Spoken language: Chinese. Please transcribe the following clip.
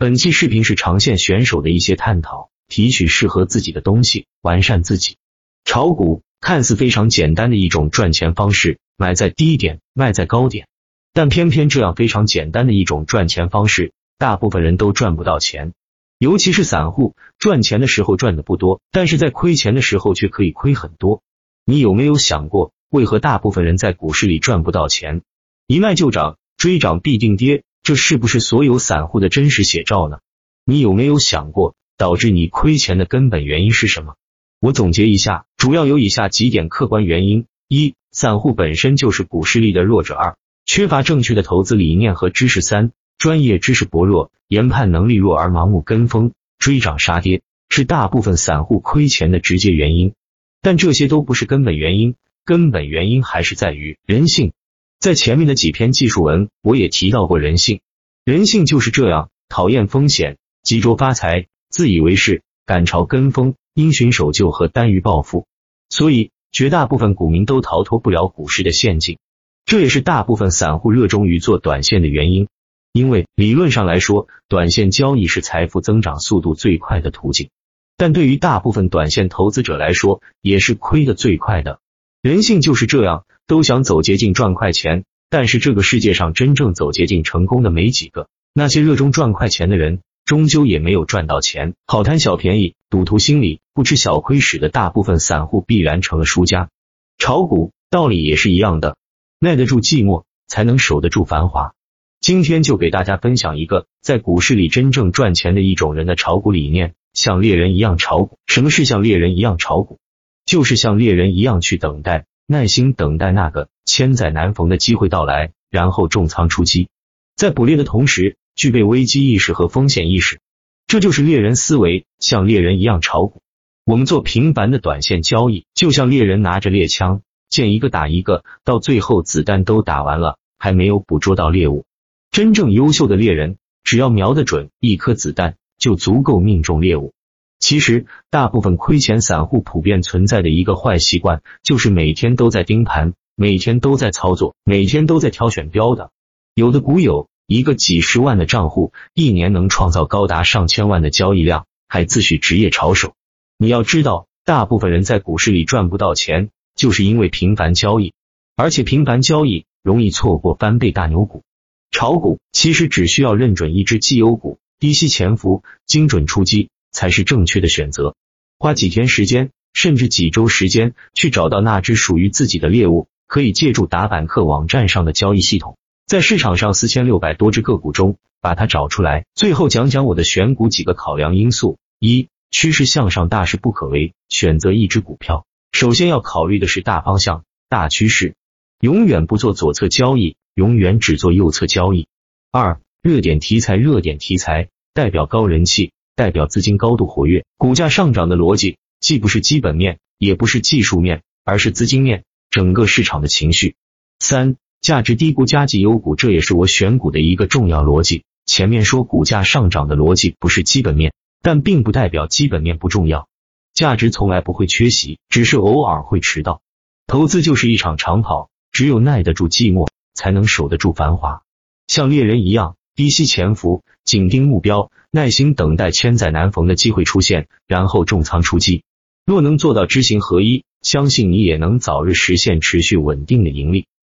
本期视频是长线选手的一些探讨，提取适合自己的东西，完善自己。炒股看似非常简单的一种赚钱方式，买在低点，卖在高点。但偏偏这样非常简单的一种赚钱方式，大部分人都赚不到钱。尤其是散户，赚钱的时候赚的不多，但是在亏钱的时候却可以亏很多。你有没有想过，为何大部分人在股市里赚不到钱？一卖就涨，追涨必定跌，这是不是所有散户的真实写照呢？你有没有想过，导致你亏钱的根本原因是什么？我总结一下，主要有以下几点客观原因：一、散户本身就是股市里的弱者；二、缺乏正确的投资理念和知识；三、专业知识薄弱，研判能力弱而盲目跟风，追涨杀跌，是大部分散户亏钱的直接原因。但这些都不是根本原因，根本原因还是在于人性。在前面的几篇技术文，我也提到过人性。人性就是这样，讨厌风险，急着发财，自以为是，赶潮跟风，因循守旧和耽于暴富。所以，绝大部分股民都逃脱不了股市的陷阱。这也是大部分散户热衷于做短线的原因。因为理论上来说，短线交易是财富增长速度最快的途径。但对于大部分短线投资者来说，也是亏的最快的。人性就是这样，都想走捷径赚快钱，但是这个世界上真正走捷径成功的没几个，那些热衷赚快钱的人，终究也没有赚到钱。好贪小便宜，赌徒心理，不吃小亏使的大部分散户必然成了输家。炒股道理也是一样的，耐得住寂寞，才能守得住繁华。今天就给大家分享一个在股市里真正赚钱的一种人的炒股理念，像猎人一样炒股。什么是像猎人一样炒股？就是像猎人一样去等待，耐心等待那个千载难逢的机会到来，然后重仓出击。在捕猎的同时，具备危机意识和风险意识。这就是猎人思维，像猎人一样炒股。我们做平凡的短线交易，就像猎人拿着猎枪，见一个打一个，到最后子弹都打完了，还没有捕捉到猎物。真正优秀的猎人，只要瞄得准一颗子弹，就足够命中猎物。其实，大部分亏钱散户普遍存在的一个坏习惯，就是每天都在盯盘，每天都在操作，每天都在挑选标的。有的股友，一个几十万的账户，一年能创造高达上千万的交易量，还自诩职业炒手。你要知道，大部分人在股市里赚不到钱，就是因为频繁交易，而且频繁交易容易错过翻倍大牛股。炒股其实只需要认准一只绩优股，低吸潜伏，精准出击，才是正确的选择。花几天时间，甚至几周时间，去找到那只属于自己的猎物，可以借助打板客网站上的交易系统，在市场上4600多只个股中把它找出来。最后讲讲我的选股几个考量因素。一、趋势向上，大势不可为。选择一只股票，首先要考虑的是大方向、大趋势，永远不做左侧交易，永远只做右侧交易。二、热点题材，热点题材代表高人气，代表资金高度活跃，股价上涨的逻辑既不是基本面，也不是技术面，而是资金面，整个市场的情绪。三、价值低估加绩优股，这也是我选股的一个重要逻辑。前面说股价上涨的逻辑不是基本面，但并不代表基本面不重要。价值从来不会缺席，只是偶尔会迟到。投资就是一场长跑，只有耐得住寂寞，才能守得住繁华。像猎人一样，低吸潜伏，紧盯目标，耐心等待千载难逢的机会出现，然后重仓出击。若能做到知行合一，相信你也能早日实现持续稳定的盈利。